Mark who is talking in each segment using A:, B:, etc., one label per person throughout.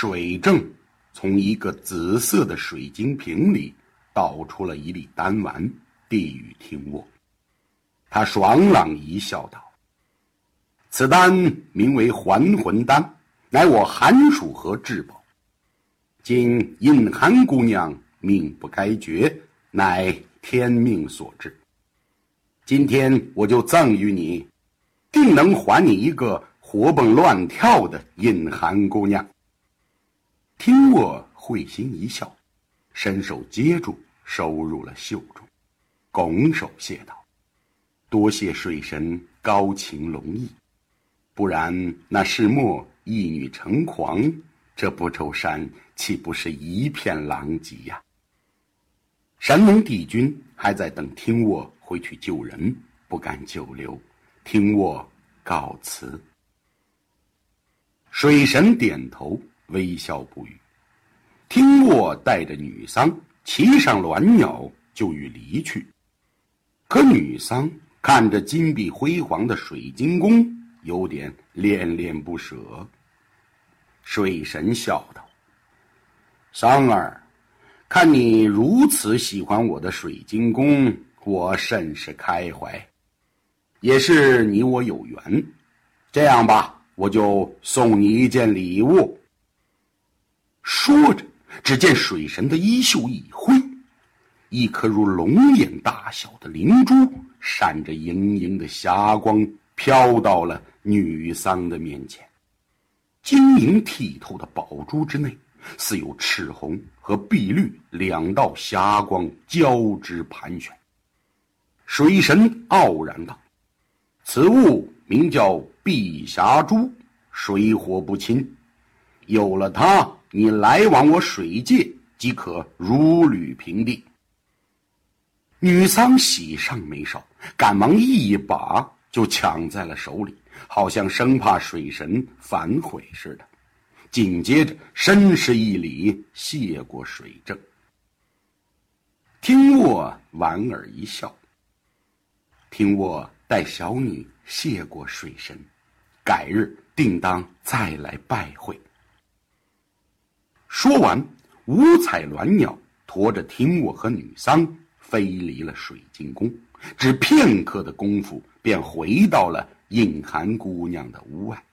A: 水正从一个紫色的水晶瓶里倒出了一粒丹丸，递与听沃。他爽朗一笑道：此丹名为还魂丹，乃我寒暑河至宝。今隐寒姑娘命不该绝，乃天命所致。今天我就赠与你，定能还你一个活蹦乱跳的隐寒姑娘。听沃会心一笑，伸手接住，收入了袖中，拱手谢道：多谢水神高情隆义，不然那世末一女成狂，这不愁山岂不是一片狼藉呀？山蒙帝君还在等听沃回去救人，不敢久留，听沃告辞。水神点头，微笑不语。听沃带着女桑骑上鸾鸟，就欲离去。可女桑看着金碧辉煌的水晶宫，有点恋恋不舍。水神笑道：桑儿，看你如此喜欢我的水晶宫，我甚是开怀，也是你我有缘。这样吧，我就送你一件礼物。说着，只见水神的衣袖一挥，一颗如龙眼大小的灵珠闪着莹莹的霞光，飘到了女桑的面前。晶莹剔透的宝珠之内，似有赤红和碧绿两道霞光交织盘旋。水神傲然道：此物名叫碧霞珠，水火不侵，有了它，你来往我水界即可如履平地。女桑喜上眉梢，赶忙一把就抢在了手里，好像生怕水神反悔似的。紧接着深施一礼，谢过水正。听沃莞尔一笑，听沃待小女谢过水神，改日定当再来拜会。说完，五彩鸾鸟驮着听沃和女桑飞离了水晶宫，只片刻的功夫便回到了隐寒姑娘的屋外。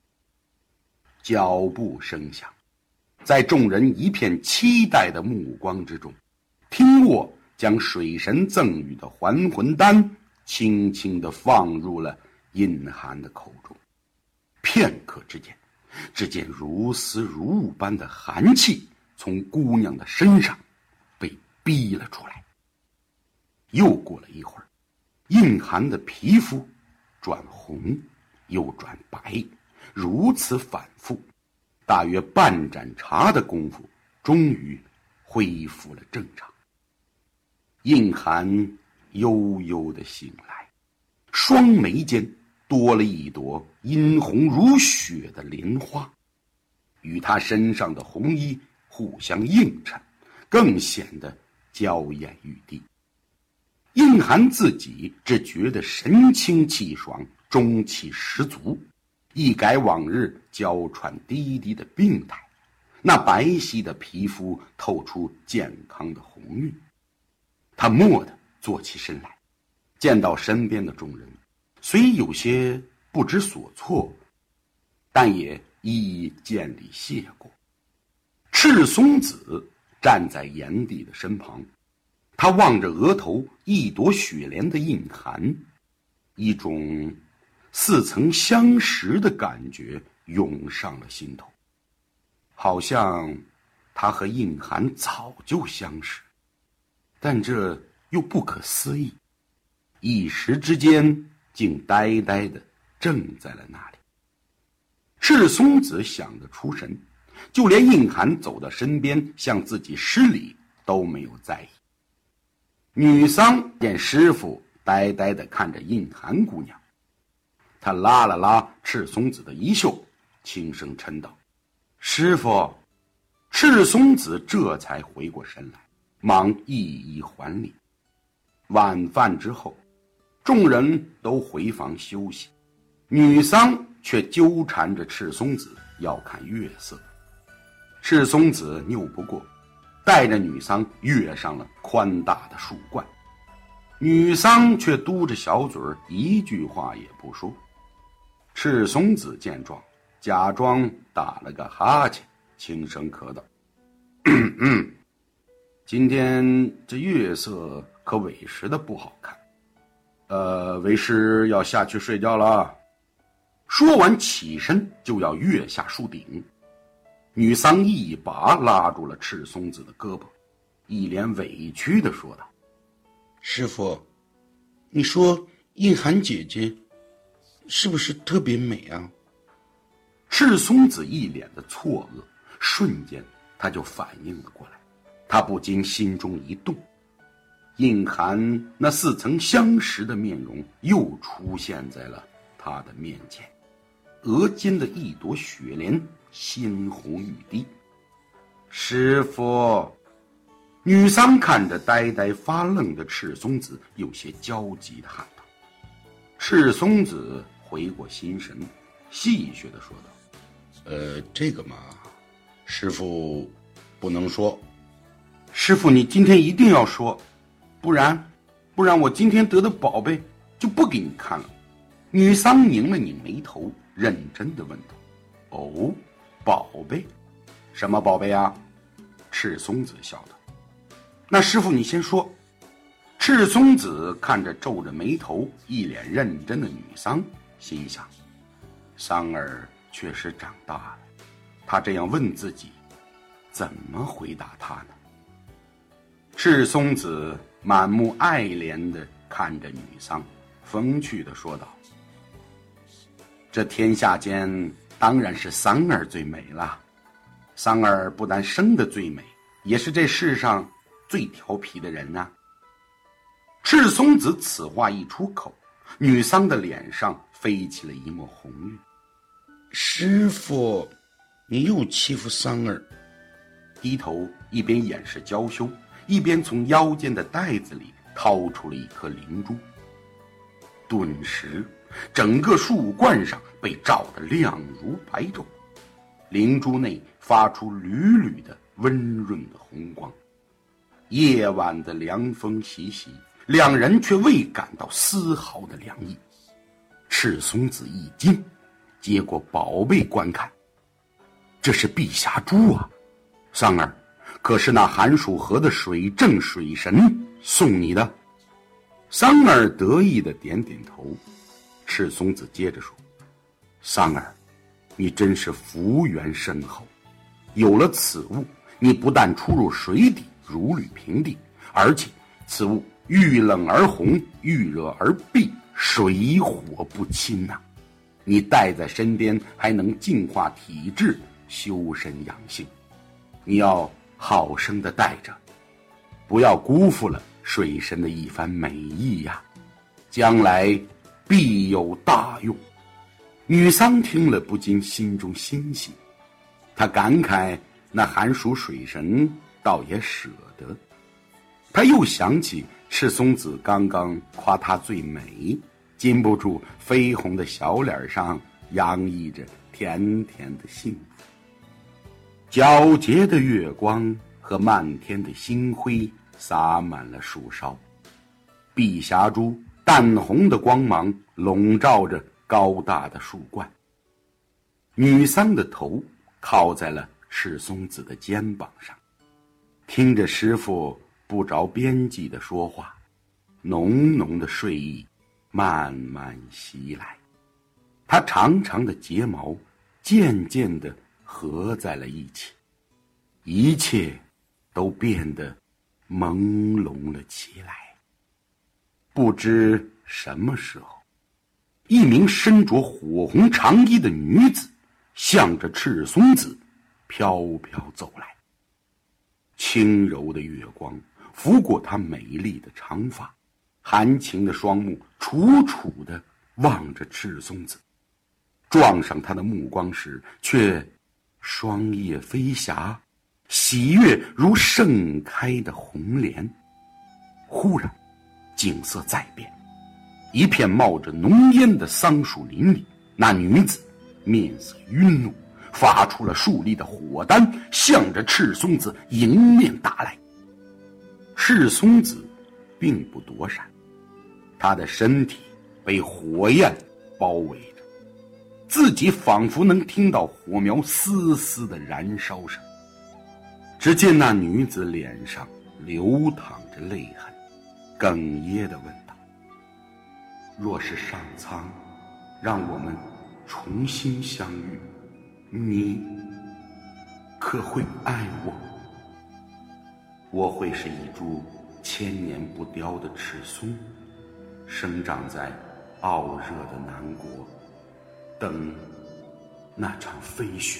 A: 脚步声响，在众人一片期待的目光之中，听沃将水神赠予的还魂丹轻轻地放入了隐寒的口中。片刻之间，只见如丝如雾般的寒气从姑娘的身上被逼了出来。又过了一会儿，隐寒的皮肤转红又转白，如此反复，大约半盏茶的功夫，终于恢复了正常。隐寒悠悠地醒来，双眉间多了一朵殷红如血的莲花，与她身上的红衣互相映衬，更显得娇艳欲滴。隐寒自己只觉得神清气爽，中气十足，一改往日娇喘低低的病态，那白皙的皮肤透出健康的红晕。他蓦地坐起身来，见到身边的众人，虽有些不知所措，但也一一见礼谢过。赤松子站在炎帝的身旁，他望着额头一朵雪莲的印寒，一种似曾相识的感觉涌上了心头，好像他和印寒早就相识，但这又不可思议，一时之间竟呆呆地怔在了那里。赤松子想得出神，就连印寒走到身边向自己施礼都没有在意。女桑见师傅呆呆地看着印寒姑娘，他拉了拉赤松子的衣袖，轻声嗔道：师傅。赤松子这才回过神来，忙一一还礼。晚饭之后，众人都回房休息，女桑却纠缠着赤松子要看月色。 赤松子拗不过，带着女桑跃上了宽大的树冠。女桑却嘟着小嘴儿，一句话也不说。赤松子见状，假装打了个哈欠，轻声咳道：“今天这月色可委实的不好看。为师要下去睡觉了。”说完起身就要跃下树顶。女桑一把拉住了赤松子的胳膊，一脸委屈地说道：“
B: 师傅，你说印涵姐姐是不是特别美啊？”
A: 赤松子一脸的错愕，瞬间他就反应了过来，他不禁心中一动。印涵那似曾相识的面容又出现在了他的面前，额间的一朵雪莲鲜红欲滴。师傅，女桑看着呆呆发愣的赤松子，有些焦急地喊道。赤松子回过心神，戏谑地说道：“
B: 这个嘛，师傅不能说。”“
A: 师傅，你今天一定要说，不然我今天得的宝贝就不给你看了。”女桑拧了拧眉头，认真地问道：“哦，宝贝？什么宝贝啊？”赤松子笑道：“那师傅你先说。”赤松子看着皱着眉头一脸认真的女桑，心想，桑儿确实长大了。他这样问自己，怎么回答他呢？赤松子满目爱怜地看着女桑，风趣地说道：“这天下间当然是桑儿最美了。桑儿不但生得最美，也是这世上最调皮的人啊。”赤松子此话一出口，女桑的脸上飞起了一抹红晕。
B: “师傅，你又欺负桑儿。”
A: 低头一边掩饰娇羞，一边从腰间的袋子里掏出了一颗灵珠。顿时整个树冠上被照得亮如白昼，灵珠内发出缕缕的温润的红光。夜晚的凉风习习，两人却未感到丝毫的凉意。赤松子一惊，接过宝贝观看，这是碧霞珠啊！桑儿，可是那寒暑河的水正水神送你的？桑儿得意的点点头。赤松子接着说：“桑儿，你真是福缘深厚，有了此物，你不但出入水底如履平地，而且此物遇冷而红，遇热而避，水火不侵啊！你带在身边，还能净化体质，修身养性。你要好生的带着，不要辜负了水神的一番美意呀，将来必有大用。”女桑听了不禁心中欣喜，她感慨那寒暑水神倒也舍得。她又想起赤松子刚刚夸她最美，禁不住绯红的小脸上洋溢着甜甜的幸福。皎洁的月光和漫天的星辉洒满了树梢，碧霞珠淡红的光芒笼罩着高大的树冠。女桑的头靠在了赤松子的肩膀上，听着师傅不着边际的说话，浓浓的睡意慢慢袭来。她长长的睫毛渐渐地合在了一起，一切都变得朦胧了起来。不知什么时候，一名身着火红长衣的女子向着赤松子飘飘走来。轻柔的月光拂过她美丽的长发，含情的双目楚楚地望着赤松子，撞上她的目光时，却双叶飞霞，喜悦如盛开的红莲。忽然景色再变，一片冒着浓烟的桑树林里，那女子面色晕怒， 发出了竖立的火丹，向着赤松子迎面打来。赤松子并不躲闪，他的身体被火焰包围着，自己仿佛能听到火苗丝丝的燃烧声。只见那女子脸上流淌着泪痕，哽咽地问道：若是上苍让我们重新相遇，你可会爱我？我会是一株千年不凋的赤松，生长在傲热的南国，等那场飞雪。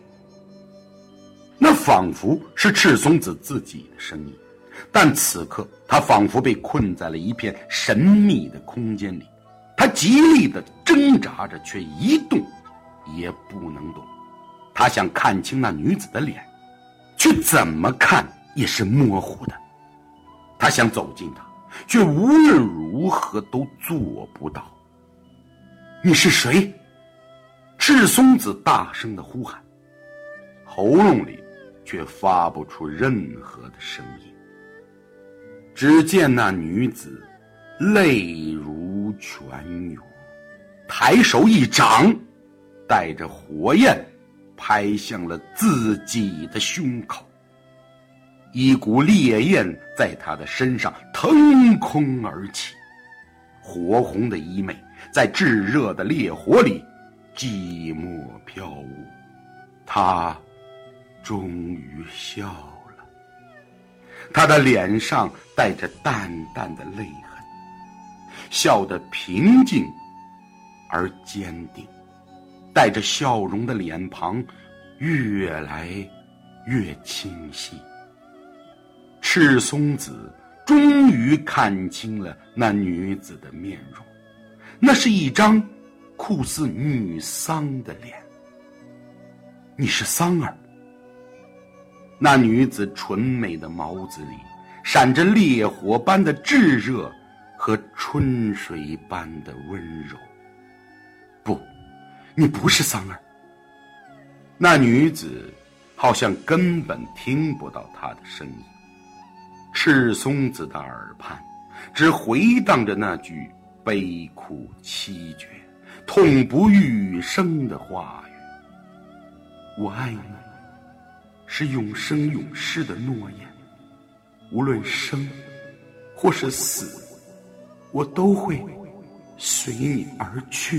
A: 那仿佛是赤松子自己的声音，但此刻他仿佛被困在了一片神秘的空间里，他极力地挣扎着，却一动也不能动。他想看清那女子的脸，却怎么看也是模糊的。他想走近她，却无论如何都做不到。你是谁？赤松子大声地呼喊，喉咙里却发不出任何的声音。只见那女子泪如泉涌，抬手一掌，带着火焰拍向了自己的胸口。一股烈焰在他的身上腾空而起，火红的衣袂在炙热的烈火里寂寞飘舞。他终于笑了，他的脸上带着淡淡的泪痕，笑得平静而坚定，带着笑容的脸庞越来越清晰。赤松子终于看清了那女子的面容，那是一张酷似女桑的脸。你是桑儿？那女子纯美的眸子里闪着烈火般的炙热和春水般的温柔。不，你不是桑儿。那女子好像根本听不到他的声音，赤松子的耳畔只回荡着那句悲苦凄绝、痛不欲生的话语：我爱你，是永生永世的诺言，无论生或是死，我都会随你而去。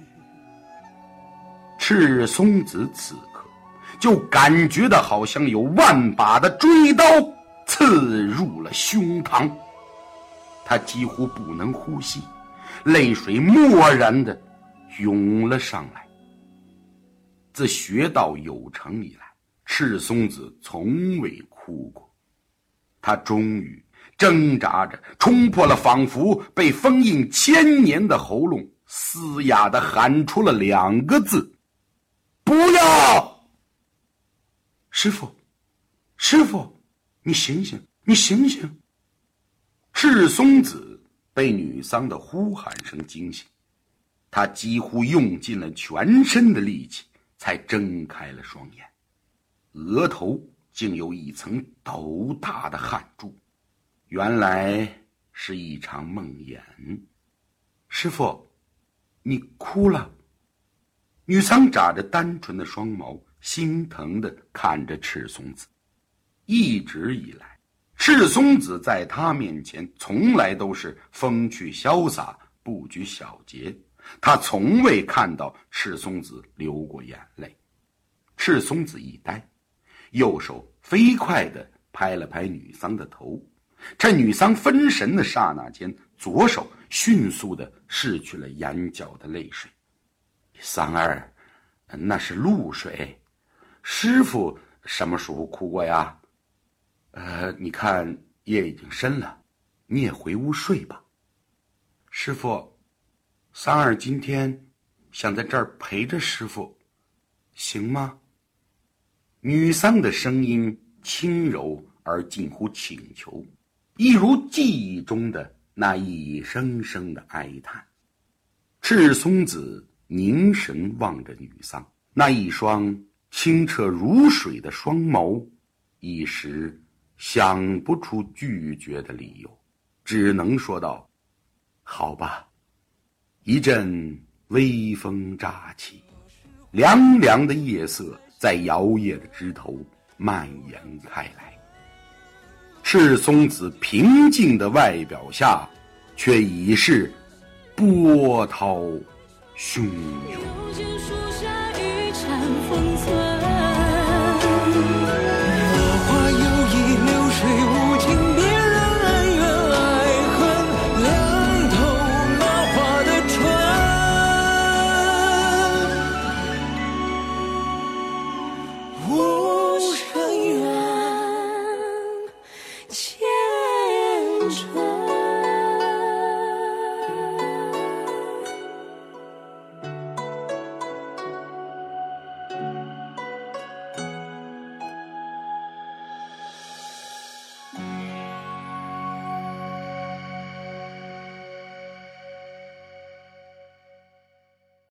A: 赤松子此刻就感觉到好像有万把的锥刀刺入了胸膛，他几乎不能呼吸，泪水蓦然地涌了上来。自学道有成以来，赤松子从未哭过。他终于挣扎着冲破了仿佛被封印千年的喉咙，嘶哑地喊出了2个字：不要！师父，师父，你醒醒，你醒醒！赤松子被女桑的呼喊声惊醒，他几乎用尽了全身的力气才睁开了双眼，额头竟有一层斗大的汗珠，原来是一场梦魇。师父，你哭了。女桑眨着单纯的双眸，心疼地看着赤松子。一直以来，赤松子在他面前从来都是风趣潇洒，不拘小节，他从未看到赤松子流过眼泪。赤松子一呆，右手飞快地拍了拍女桑的头，趁女桑分神的刹那间，左手迅速地拭去了眼角的泪水。桑儿，那是露水，师父什么时候哭过呀？你看夜已经深了，你也回屋睡吧。师父，桑儿今天想在这儿陪着师父，行吗？女桑的声音轻柔而近乎请求，一如记忆中的那一声声的哀叹。赤松子凝神望着女桑，那一双清澈如水的双眸，一时想不出拒绝的理由，只能说道：好吧。一阵微风乍起，凉凉的夜色在摇曳的枝头蔓延开来。赤松子平静的外表下，却已是波涛汹涌。
C: 幽静树下一禅封存，
D: 落花